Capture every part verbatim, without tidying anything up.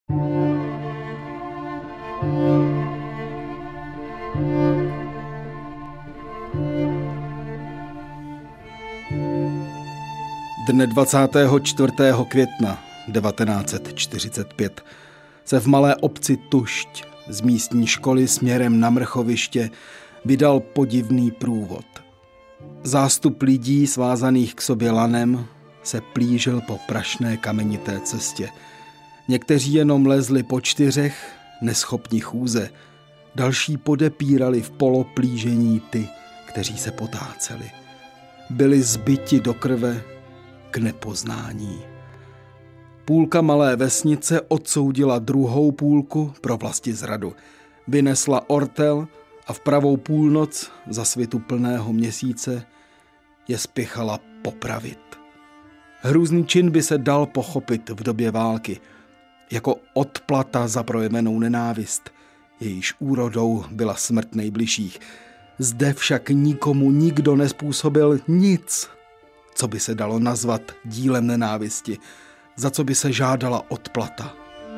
Dne dvacátého čtvrtého května devatenáct set čtyřicet pět se v malé obci Tušť z místní školy směrem na Mrchoviště vydal podivný průvod. Zástup lidí svázaných k sobě lanem se plížil po prašné kamenité cestě. Někteří jenom lezli po čtyřech, neschopni chůze. Další podepírali v poloplížení ty, kteří se potáceli. Byli zbyti do krve k nepoznání. Půlka malé vesnice odsoudila druhou půlku pro vlastizradu. Vynesla ortel a v pravou půlnoc za svitu plného měsíce je spěchala popravit. Hrůzný čin by se dal pochopit v době války jako odplata za projevenou nenávist, jejíž úrodou byla smrt nejbližších. Zde však nikomu nikdo nezpůsobil nic, co by se dalo nazvat dílem nenávisti, za co by se žádala odplata.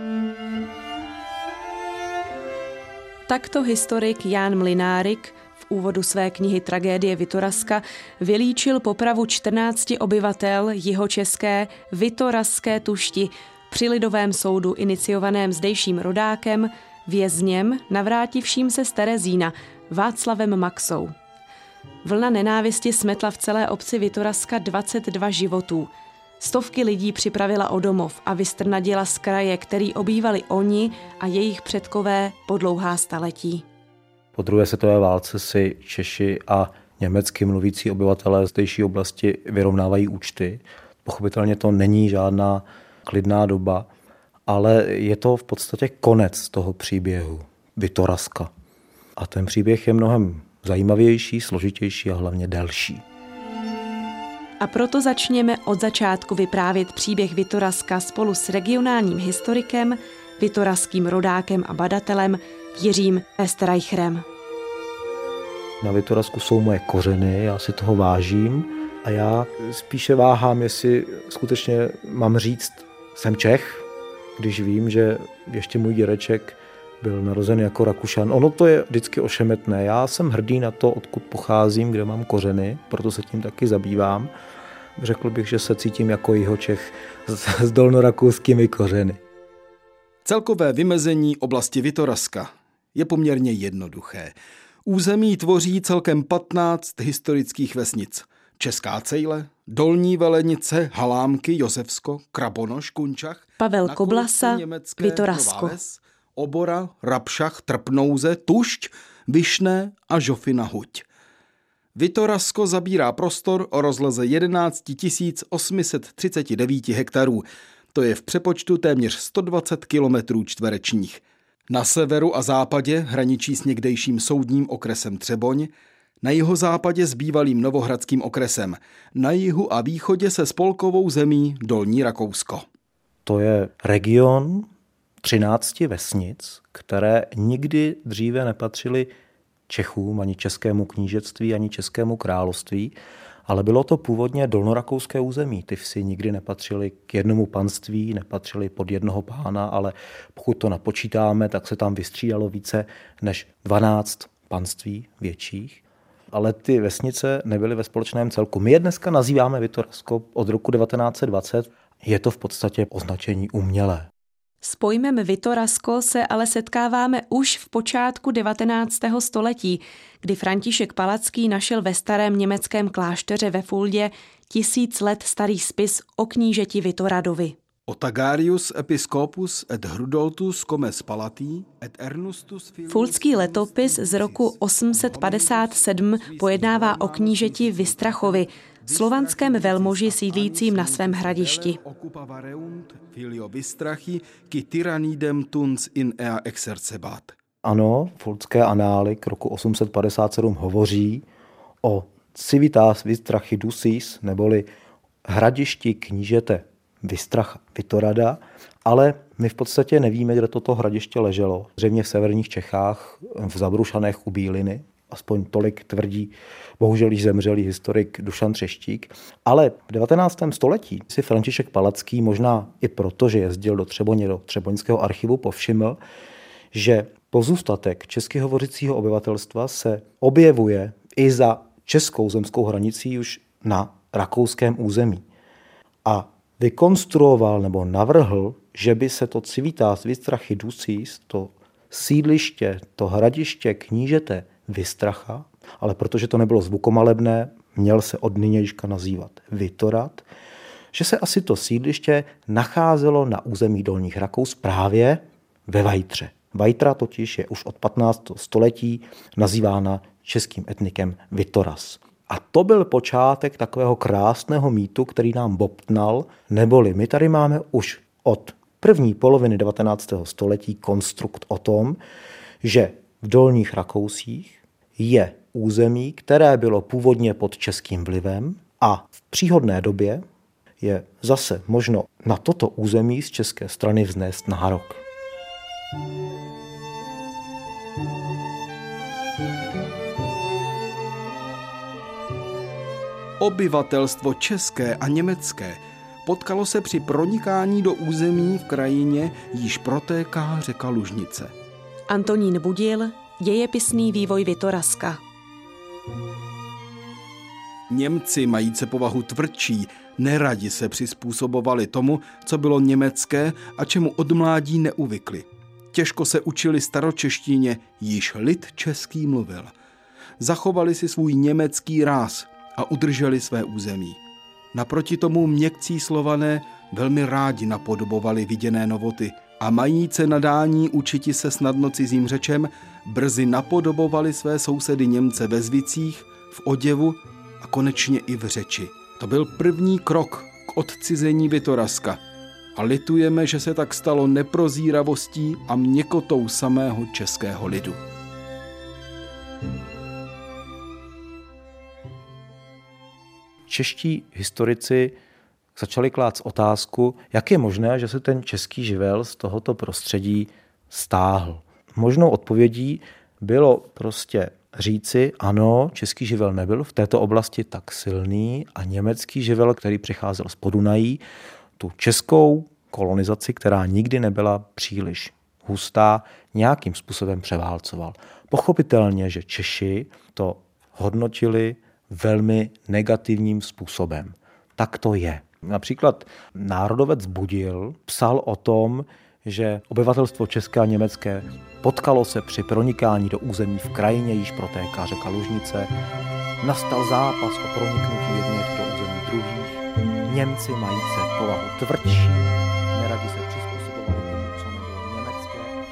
Takto historik Jan Mlynárik v úvodu své knihy Tragédie Vitorazka vylíčil popravu čtrnácti obyvatel jihočeské Vitorazské Tušti při lidovém soudu iniciovaném zdejším rodákem, vězněm navrátivším se z Terezína, Václavem Maxou. Vlna nenávisti smetla v celé obci Vitorazka dvacet dva životů. Stovky lidí připravila o domov a vystrnadila z kraje, který obývali oni a jejich předkové po dlouhá staletí. Po druhé světové válce si Češi a německy mluvící obyvatelé zdejší oblasti vyrovnávají účty. Pochopitelně to není žádná klidná doba, ale je to v podstatě konec toho příběhu Vitorazka. A ten příběh je mnohem zajímavější, složitější a hlavně delší. A proto začněme od začátku vyprávět příběh Vitorazka spolu s regionálním historikem, vitorazským rodákem a badatelem Jiřím Österreicherem. Na Vitorazku jsou moje kořeny, já si toho vážím a já spíše váhám, jestli skutečně mám říct, jsem Čech, když vím, že ještě můj dědeček byl narozen jako Rakušan. Ono to je vždycky ošemetné. Já jsem hrdý na to, odkud pocházím, kde mám kořeny, proto se tím taky zabývám. Řekl bych, že se cítím jako Jihočech s dolnorakouskými kořeny. Celkové vymezení oblasti Vitorazka je poměrně jednoduché. Území tvoří celkem patnáct historických vesnic. Česká Cejle, Dolní Velenice, Halámky, Josefsko, Krabonoš, Kunčach, Pavel Koblasa, Vitorazko. Obora, Rabšach, Trpnouze, Tušť, Vyšné a Žofina Huť. Vitorazko zabírá prostor o rozloze jedenáct tisíc osm set třicet devět hektarů. To je v přepočtu téměř sto dvacet kilometrů čtverečních. Na severu a západě hraničí s někdejším soudním okresem Třeboň, na jihozápadě s bývalým Novohradským okresem, na jihu a východě se spolkovou zemí Dolní Rakousko. To je region třinácti vesnic, které nikdy dříve nepatřily Čechům, ani českému knížectví, ani českému království, ale bylo to původně dolnorakouské území. Ty vsi nikdy nepatřily k jednomu panství, nepatřily pod jednoho pána, ale pokud to napočítáme, tak se tam vystřídalo více než dvanáct panství větších. Ale ty vesnice nebyly ve společném celku. My je dneska nazýváme Vitorazko od roku devatenáct set dvacet. Je to v podstatě označení umělé. S pojmem Vitorazko se ale setkáváme už v počátku devatenáctého století, kdy František Palacký našel ve starém německém klášteře ve Fuldě tisíc let starý spis o knížeti Vitoradovi. Otagarius episcopus et Hrudoltus comes Palatí et Ernustus Fuldský letopis z roku osm set padesát sedm pojednává o knížeti Vystrachovi, slovanském velmoži sídlícím na svém hradišti. Ano, fuldské anály k roku osm set padesát sedm hovoří o civitas Vystrachidusis, neboli hradišti knížete Vystrach Vitorada, ale my v podstatě nevíme, kde toto hradiště leželo. Zřejmě v severních Čechách, v Zabrušanech u Bíliny. aspoň tolik tvrdí bohužel již zemřelý historik Dušan Třeštík. Ale v devatenáctém století si František Palacký, možná i proto, že jezdil do Třeboně, do Třeboňského archivu, povšiml, že pozůstatek česky hovořícího obyvatelstva se objevuje i za českou zemskou hranicí už na rakouském území. A vykonstruoval nebo navrhl, že by se to Civitas Vystrachy Ducis, to sídliště, to hradiště knížete Vystracha, ale protože to nebylo zvukomalebné, měl se od nynějška nazývat Vytorat, že se asi to sídliště nacházelo na území Dolních Rakous právě ve Vajtře. Vajtra totiž je už od patnáctého století nazývána českým etnikem Vytoras. A to byl počátek takového krásného mýtu, který nám bobtnal, neboli my tady máme už od první poloviny devatenáctého století konstrukt o tom, že v Dolních Rakousích je území, které bylo původně pod českým vlivem a v příhodné době je zase možno na toto území z české strany vznést nárok. Obyvatelstvo české a německé potkalo se při pronikání do území v krajině, již protéká řeka Lužnice. Antonín Budil, Dějepisný vývoj Vytoraska. Němci, majíce povahu tvrdší, neradi se přizpůsobovali tomu, co bylo německé a čemu od mládí neuvykli. Těžko se učili staročeštině, již lid český mluvil. Zachovali si svůj německý ráz a udrželi své území. Naproti tomu měkcí Slované velmi rádi napodobovali viděné novoty a majíce nadání učiti se snadno cizím řečem, brzy napodobovali své sousedy Němce ve zvicích, v oděvu a konečně i v řeči. To byl první krok k odcizení Vytoraska a litujeme, že se tak stalo neprozíravostí a měkotou samého českého lidu. Čeští historici začali klást otázku, jak je možné, že se ten český živel z tohoto prostředí stáhl. Možnou odpovědí bylo prostě říci, ano, český živel nebyl v této oblasti tak silný a německý živel, který přicházel z Podunají, tu českou kolonizaci, která nikdy nebyla příliš hustá, nějakým způsobem převálcoval. Pochopitelně, že Češi to hodnotili velmi negativním způsobem. Tak to je. Například národovec Budil psal o tom, že obyvatelstvo české a německé potkalo se při pronikání do území v krajině, již protéká řeka Lužnice. Nastal zápas o proniknutí jedněch do území druhých. Němci majíce povahu tvrdší, neradi se přizpůsobovali tomu, co nebylo německé.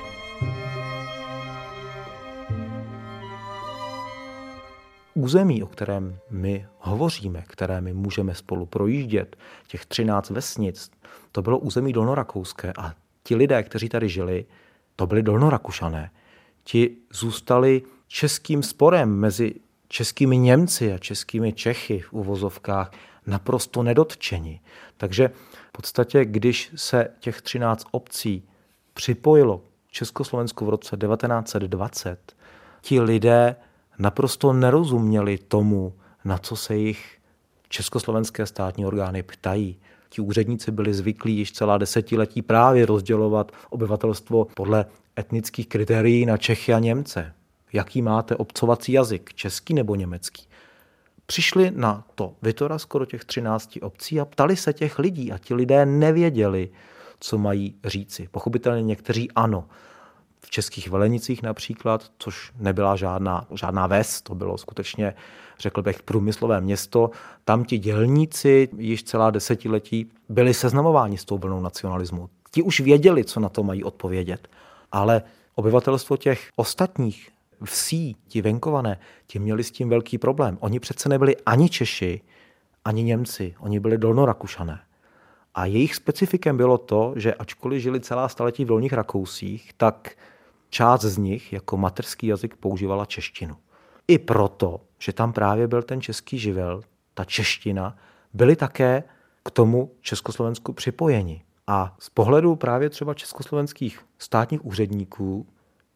Území, o kterém my hovoříme, které my můžeme spolu projíždět, těch třináct vesnic, to bylo území dolnorakouské a ti lidé, kteří tady žili, to byli Dolnorakušané. Ti zůstali českým sporem mezi českými Němci a českými Čechy v uvozovkách naprosto nedotčeni. Takže v podstatě, když se těch třináct obcí připojilo k Československu v roce devatenáct set dvacet, ti lidé naprosto nerozuměli tomu, na co se jich československé státní orgány ptají. Ti úředníci byli zvyklí již celá desetiletí právě rozdělovat obyvatelstvo podle etnických kritérií na Čechy a Němce. Jaký máte obcovací jazyk, český nebo německý? Přišli na to Vytorasko do těch třinácti obcí a ptali se těch lidí a ti lidé nevěděli, co mají říci. Pochopitelně někteří ano. V Českých Velenicích například, což nebyla žádná, žádná ves, to bylo skutečně, řekl bych, průmyslové město. Tam ti dělníci již celá desetiletí byli seznamováni s tou vlnou nacionalismu. Ti už věděli, co na to mají odpovědět. Ale obyvatelstvo těch ostatních vsí, ti venkované, ti měli s tím velký problém. Oni přece nebyli ani Češi, ani Němci, oni byli Dolnorakušané. A jejich specifikem bylo to, že ačkoliv žili celá staletí v Dolních Rakousích, tak část z nich jako mateřský jazyk používala češtinu. I proto, že tam právě byl ten český živel, ta čeština, byli také k tomu Československu připojeni. A z pohledu právě třeba československých státních úředníků,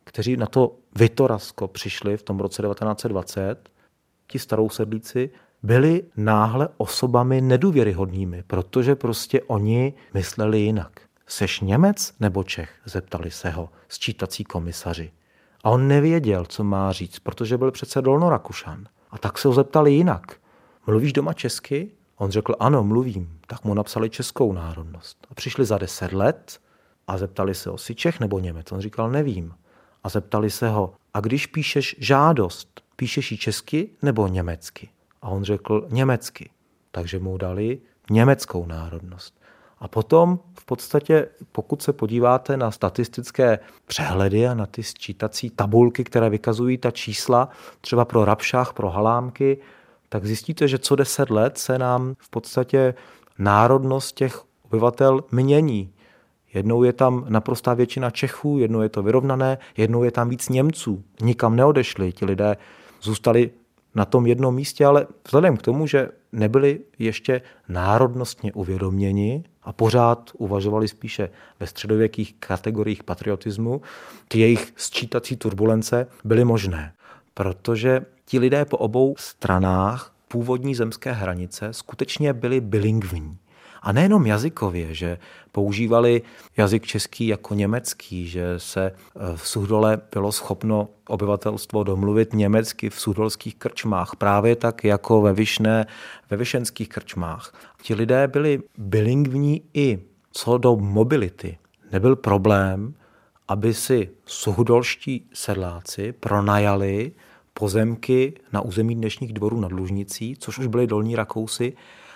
kteří na to Vitorazsko přišli v tom roce devatenáct set dvacet, ti starousedlíci, byli náhle osobami nedůvěryhodnými, protože prostě oni mysleli jinak. Seš Němec nebo Čech? Zeptali se ho sčítací komisaři. A on nevěděl, co má říct, protože byl přece Dolnorakušan. A tak se ho zeptali jinak. Mluvíš doma česky? On řekl, ano, mluvím. Tak mu napsali českou národnost. A přišli za deset let a zeptali se ho, jsi Čech nebo Němec? On říkal, nevím. A zeptali se ho, a když píšeš žádost, píšeš ji česky nebo německy? A on řekl německy. Takže mu dali německou národnost. A potom v podstatě, pokud se podíváte na statistické přehledy a na ty sčítací tabulky, které vykazují ta čísla, třeba pro Rabšách, pro Halámky, tak zjistíte, že co deset let se nám v podstatě národnost těch obyvatel mění. Jednou je tam naprostá většina Čechů, jednou je to vyrovnané, jednou je tam víc Němců. Nikam neodešli, ti lidé zůstali na tom jednom místě, ale vzhledem k tomu, že nebyli ještě národnostně uvědoměni a pořád uvažovali spíše ve středověkých kategoriích patriotismu, ty jejich sčítací turbulence byly možné. Protože ti lidé po obou stranách původní zemské hranice skutečně byli bilingvní. A nejenom jazykově, že používali jazyk český jako německý, že se v Suchdole bylo schopno obyvatelstvo domluvit německy v suchdolských krčmách, právě tak jako ve Vyšné, ve vyšenských krčmách. Ti lidé byli bilingvní i co do mobility. Nebyl problém, aby si suchdolští sedláci pronajali pozemky na území dnešních Dvorů nad Lužnicí, což už byly Dolní Rakousy,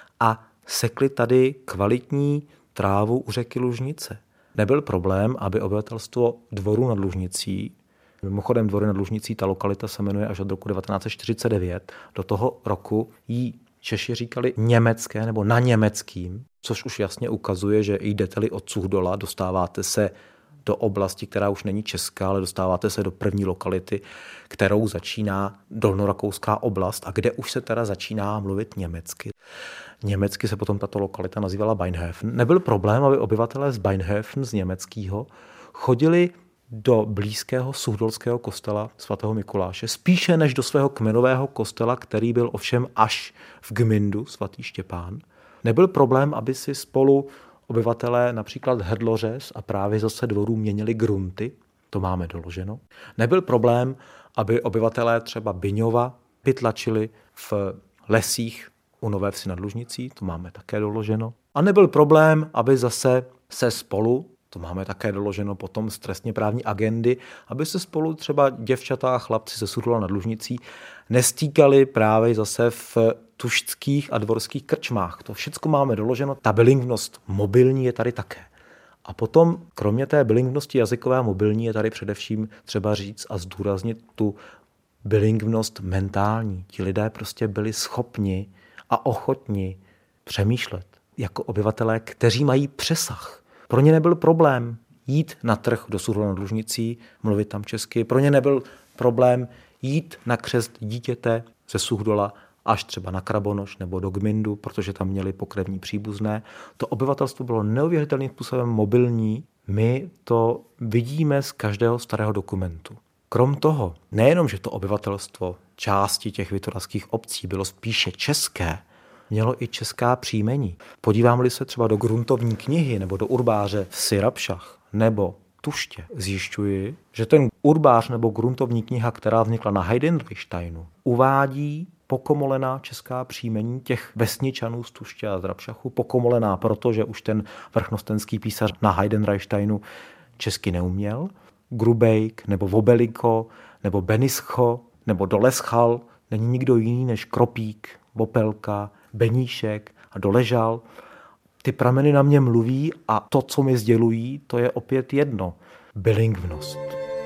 a sekli tady kvalitní trávu u řeky Lužnice. Nebyl problém, aby obyvatelstvo Dvorů nad Lužnicí, mimochodem Dvory nad Lužnicí, ta lokalita se jmenuje až od roku devatenáct set čtyřicet devět, do toho roku jí Češi říkali německé nebo na německým, což už jasně ukazuje, že jdete-li od Suchdola, dostáváte se do oblasti, která už není česká, ale dostáváte se do první lokality, kterou začíná Dolnorakouská oblast a kde už se teda začíná mluvit německy. Německy se potom tato lokalita nazývala Beinhofen. Nebyl problém, aby obyvatelé z Beinhofen, z německého, chodili do blízkého suchdolského kostela svatého Mikuláše, spíše než do svého kmenového kostela, který byl ovšem až v Gmindu, svatý Štěpán. Nebyl problém, aby si spolu obyvatelé například Hrdlořez a právě zase Dvorů měnili grunty, to máme doloženo. Nebyl problém, aby obyvatelé třeba Byňova pytlačili v lesích u Nové Vsi nad Lužnicí, to máme také doloženo. A nebyl problém, aby zase se spolu, to máme také doloženo potom z trestně právní agendy, aby se spolu třeba děvčata a chlapci ze Suchdola nad Lužnicí nestýkali právě zase v tuštských a dvorských krčmách. To všechno máme doloženo. Ta bilingvnost mobilní je tady také. A potom, kromě té bilingvnosti jazykové a mobilní, je tady především třeba říct a zdůraznit tu bilingvnost mentální. Ti lidé prostě byli schopni a ochotni přemýšlet jako obyvatelé, kteří mají přesah. Pro ně nebyl problém jít na trh do Suchdola nad Lužnicí, mluvit tam česky. Pro ně nebyl problém jít na křest dítěte ze Suchdola až třeba na Krabonoš nebo do Gmindu, protože tam měli pokrevní příbuzné. To obyvatelstvo bylo neuvěřitelným způsobem mobilní. My to vidíme z každého starého dokumentu. Krom toho, nejenom, že to obyvatelstvo části těch vitorazských obcí bylo spíše české, mělo i česká příjmení. Podívám-li se třeba do gruntovní knihy nebo do urbáře vsi Rabšach nebo Tuště, zjišťuji, že ten urbář nebo gruntovní kniha, která vznikla na Heidenreichsteinu, uvádí pokomolená česká příjmení těch vesničanů z Tuště a z Rabšachu. Pokomolená, protože už ten vrchnostenský písař na Heidenreichsteinu česky neuměl. Grubejk nebo Vobeliko nebo Benischo nebo Doleschal není nikdo jiný než Kropík, Vopelka, Beníšek a Doležal. Ty prameny na mě mluví a to, co mi sdělují, to je opět jedno. Bilingvnost.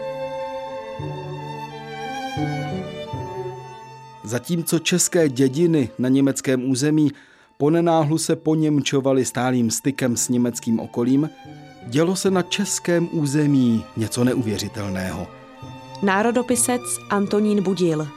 Zatímco české dědiny na německém území ponenáhlu se poněmčovaly stálým stykem s německým okolím, dělo se na českém území něco neuvěřitelného. Národopisec Antonín Budil.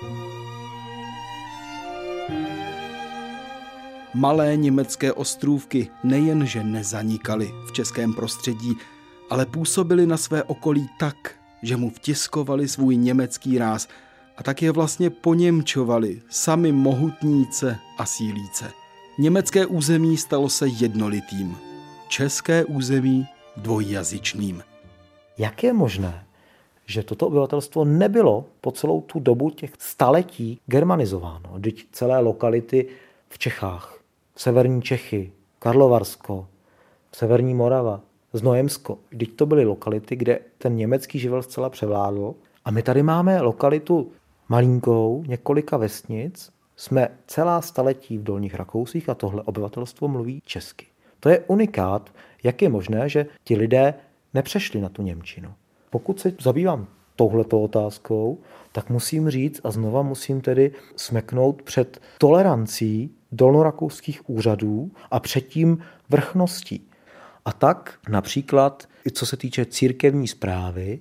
Malé německé ostrůvky nejenže nezanikaly v českém prostředí, ale působily na své okolí tak, že mu vtiskovali svůj německý ráz a tak je vlastně poněmčovali sami mohutníce a sílíce. Německé území stalo se jednolitým, české území dvojjazyčným. Jak je možné, že toto obyvatelstvo nebylo po celou tu dobu těch staletí germanizováno? Vždyť celé lokality v Čechách, severní Čechy, Karlovarsko, severní Morava, Znojemsko, vždyť to byly lokality, kde ten německý živel zcela převládl. A my tady máme lokalitu malinkou, několika vesnic, jsme celá staletí v Dolních Rakousích a tohle obyvatelstvo mluví česky. To je unikát, jak je možné, že ti lidé nepřešli na tu němčinu. Pokud se zabývám touhletou otázkou, tak musím říct a znova musím tedy smeknout před tolerancí dolnorakouských úřadů a před tím vrchností. A tak například, i co se týče církevní správy,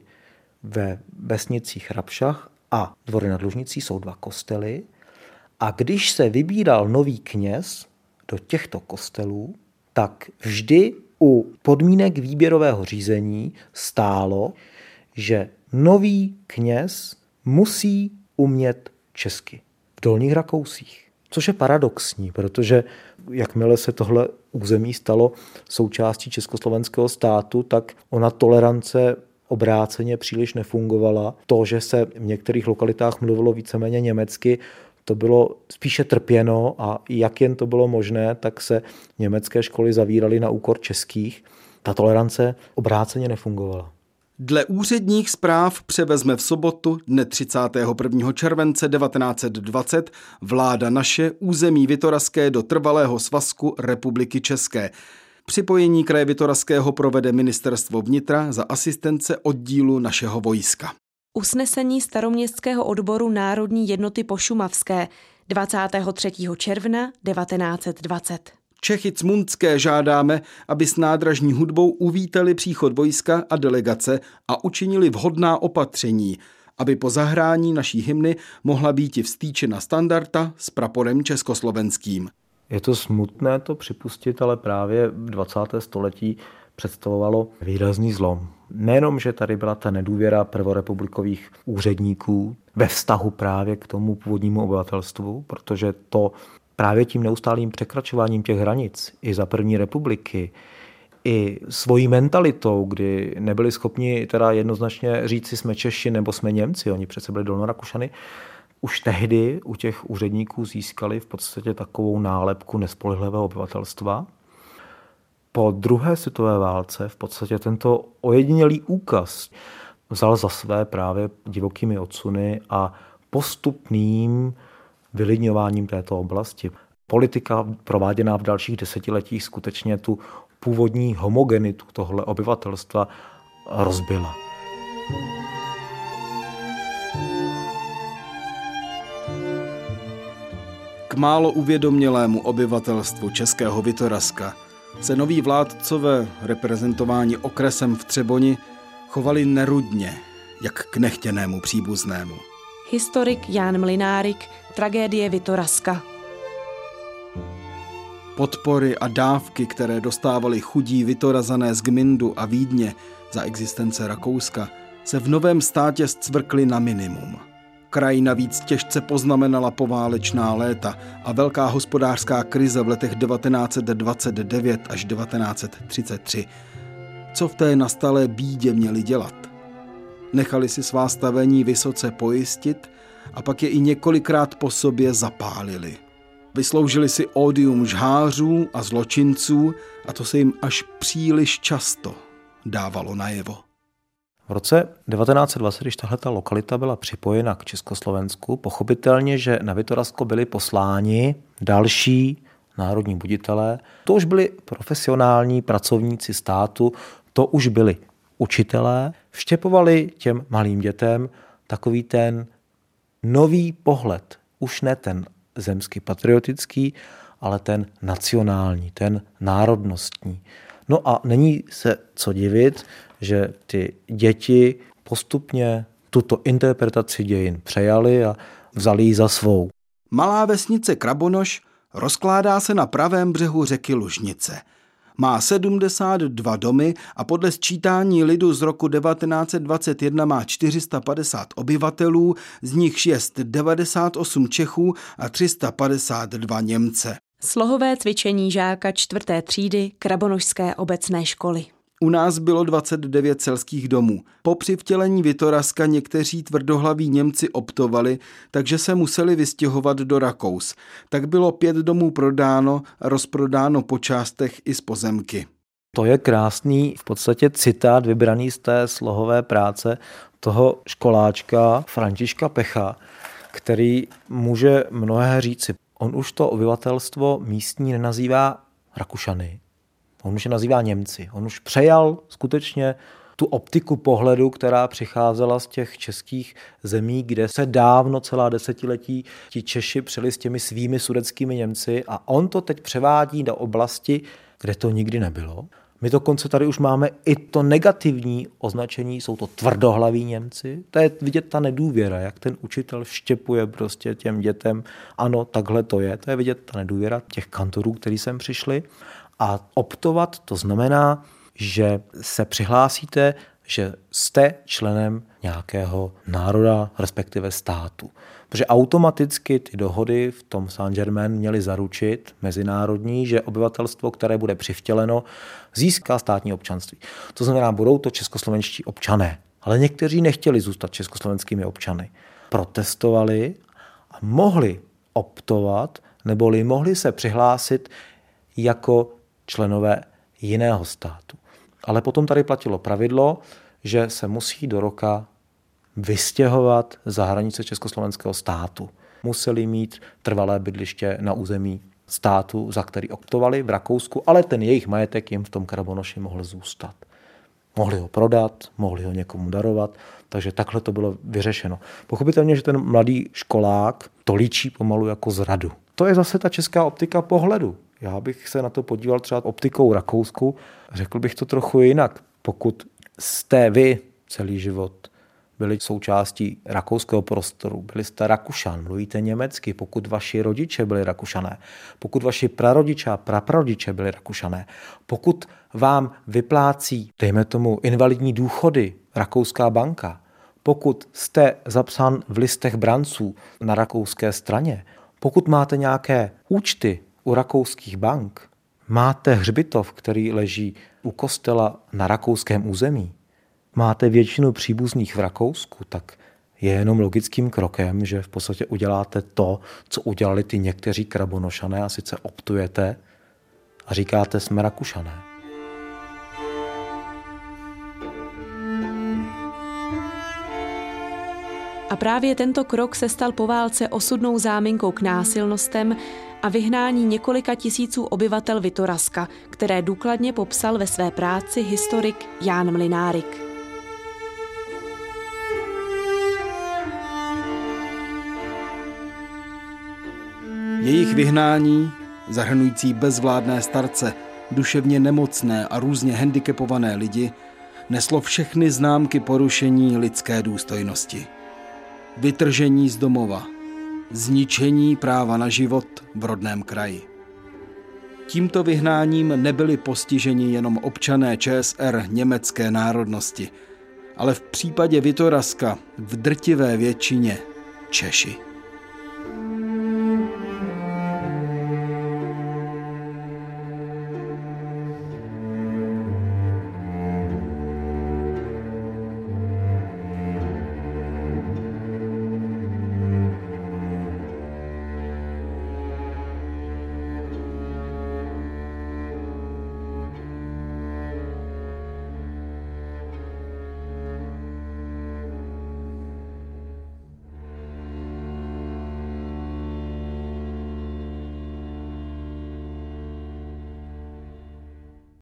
ve vesnicích Rabšach a Dvory nad Lužnicí jsou dva kostely a když se vybíral nový kněz do těchto kostelů, tak vždy u podmínek výběrového řízení stálo, že nový kněz musí umět česky v Dolních Rakousích. Což je paradoxní, protože jakmile se tohle území stalo součástí československého státu, tak ona tolerance obráceně příliš nefungovala. To, že se v některých lokalitách mluvilo víceméně německy, to bylo spíše trpěno a jak jen to bylo možné, tak se německé školy zavíraly na úkor českých. Ta tolerance obráceně nefungovala. Dle úředních zpráv převezme v sobotu dne třicátého prvního července devatenáct set dvacet vláda naše území Vitorazské do trvalého svazku Republiky České. Připojení kraje Vitorazského provede ministerstvo vnitra za asistence oddílu našeho vojska. Usnesení staroměstského odboru Národní jednoty pošumavské dvacátého třetího června devatenáct set dvacet. Čechy cmuncké žádáme, aby s nádražní hudbou uvítali příchod vojska a delegace a učinili vhodná opatření, aby po zahrání naší hymny mohla být vstýčena standarta s praporem československým. Je to smutné to připustit, ale právě v dvacátém století představovalo výrazný zlom. Nejenom, že tady byla ta nedůvěra prvorepublikových úředníků ve vztahu právě k tomu původnímu obyvatelstvu, protože to právě tím neustálým překračováním těch hranic i za první republiky, i svojí mentalitou, kdy nebyli schopni teda jednoznačně říct si jsme Češi nebo jsme Němci, oni přece byli Dolnorakušany, už tehdy u těch úředníků získali v podstatě takovou nálepku nespolehlivého obyvatelstva. Po druhé světové válce v podstatě tento ojedinělý úkaz vzal za své právě divokými odsuny a postupným vylidňováním této oblasti. Politika prováděná v dalších desetiletích skutečně tu původní homogenitu tohle obyvatelstva rozbila. K málo uvědomělému obyvatelstvu českého Vitorazska se noví vládcové, reprezentováni okresem v Třeboni, chovali nerudně, jak k nechtěnému příbuznému. Historik Jan Mlynárik, Tragédie Vitorazska. Podpory a dávky, které dostávali chudí Vitorazané z Gmyndu a Vídně za existence Rakouska, se v novém státě zcvrkly na minimum. Kraj navíc těžce poznamenala poválečná léta a velká hospodářská krize v letech devatenáct set dvacet devět až devatenáct set třicet tři. Co v té nastalé bídě měli dělat? Nechali si svá stavení vysoce pojistit a pak je i několikrát po sobě zapálili. Vysloužili si ódium žhářů a zločinců a to se jim až příliš často dávalo najevo. V roce devatenáct set dvacet, když tahleta lokalita byla připojena k Československu, pochopitelně, že na Vitorazsko byli posláni další národní buditelé. To už byli profesionální pracovníci státu, to už byli učitelé. Vštěpovali těm malým dětem takový ten nový pohled, už ne ten zemsky patriotický, ale ten nacionální, ten národnostní. No a není se co divit, že ty děti postupně tuto interpretaci dějin přejali a vzali ji za svou. Malá vesnice Krabonoš rozkládá se na pravém břehu řeky Lužnice. Má sedmdesát dva domy a podle sčítání lidu z roku devatenáct set dvacet jedna má čtyři sta padesát obyvatelů, z nichž jest devadesát osm Čechů a tři sta padesát dva Němce. Slohové cvičení žáka čtvrté třídy Krabonošské obecné školy. U nás bylo dvacet devět selských domů. Po přivtělení Vitoraska někteří tvrdohlaví Němci optovali, takže se museli vystěhovat do Rakous. Tak bylo pět domů prodáno a rozprodáno po částech i z pozemky. To je krásný v podstatě citát vybraný z té slohové práce toho školáčka Františka Pecha, který může mnohé říci. On už to obyvatelstvo místní nenazývá Rakušany, on už je nazývá Němci. On už přejal skutečně tu optiku pohledu, která přicházela z těch českých zemí, kde se dávno celá desetiletí ti Češi přeli s těmi svými sudetskými Němci a on to teď převádí do oblasti, kde to nikdy nebylo. My dokonce tady už máme i to negativní označení, jsou to tvrdohlaví Němci. To je vidět ta nedůvěra, jak ten učitel vštěpuje prostě těm dětem. Ano, takhle to je. To je vidět ta nedůvěra těch kantorů, kteří sem přišli. A optovat to znamená, že se přihlásíte, že jste členem nějakého národa, respektive státu. Protože automaticky ty dohody v tom Saint-Germain měly zaručit mezinárodní, že obyvatelstvo, které bude přivtěleno, získá státní občanství. To znamená, budou to českoslovenští občané. Ale někteří nechtěli zůstat československými občany. Protestovali a mohli optovat, neboli mohli se přihlásit jako členové jiného státu. Ale potom tady platilo pravidlo, že se musí do roka vystěhovat za hranice československého státu. Museli mít trvalé bydliště na území státu, za který optovali v Rakousku, ale ten jejich majetek jim v tom Krabonoši mohl zůstat. Mohli ho prodat, mohli ho někomu darovat, takže takhle to bylo vyřešeno. Pochopitelně, že ten mladý školák to líčí pomalu jako zradu. To je zase ta česká optika pohledu. Já bych se na to podíval třeba optikou rakouskou, řekl bych to trochu jinak. Pokud jste vy celý život byli součástí rakouského prostoru, byli jste Rakušan, mluvíte německy, pokud vaši rodiče byli Rakušané, pokud vaši prarodiče a praprarodiče byli Rakušané, pokud vám vyplácí, dejme tomu, invalidní důchody Rakouská banka, pokud jste zapsán v listech branců na rakouské straně, pokud máte nějaké účty u rakouských bank, máte hřbitov, který leží u kostela na rakouském území, máte většinu příbuzných v Rakousku, tak je jenom logickým krokem, že v podstatě uděláte to, co udělali ty někteří Krabonošané, a sice optujete a říkáte, jsme Rakušané. A právě tento krok se stal po válce osudnou záminkou k násilnostem a vyhnání několika tisíců obyvatel Vitoraska, které důkladně popsal ve své práci historik Jan Mlynárik. Jejich vyhnání, zahrnující bezvládné starce, duševně nemocné a různě handicapované lidi, neslo všechny známky porušení lidské důstojnosti. Vytržení z domova, zničení práva na život v rodném kraji. Tímto vyhnáním nebyli postiženi jenom občané ČSR německé národnosti, ale v případě Vitoraska v drtivé většině Češi.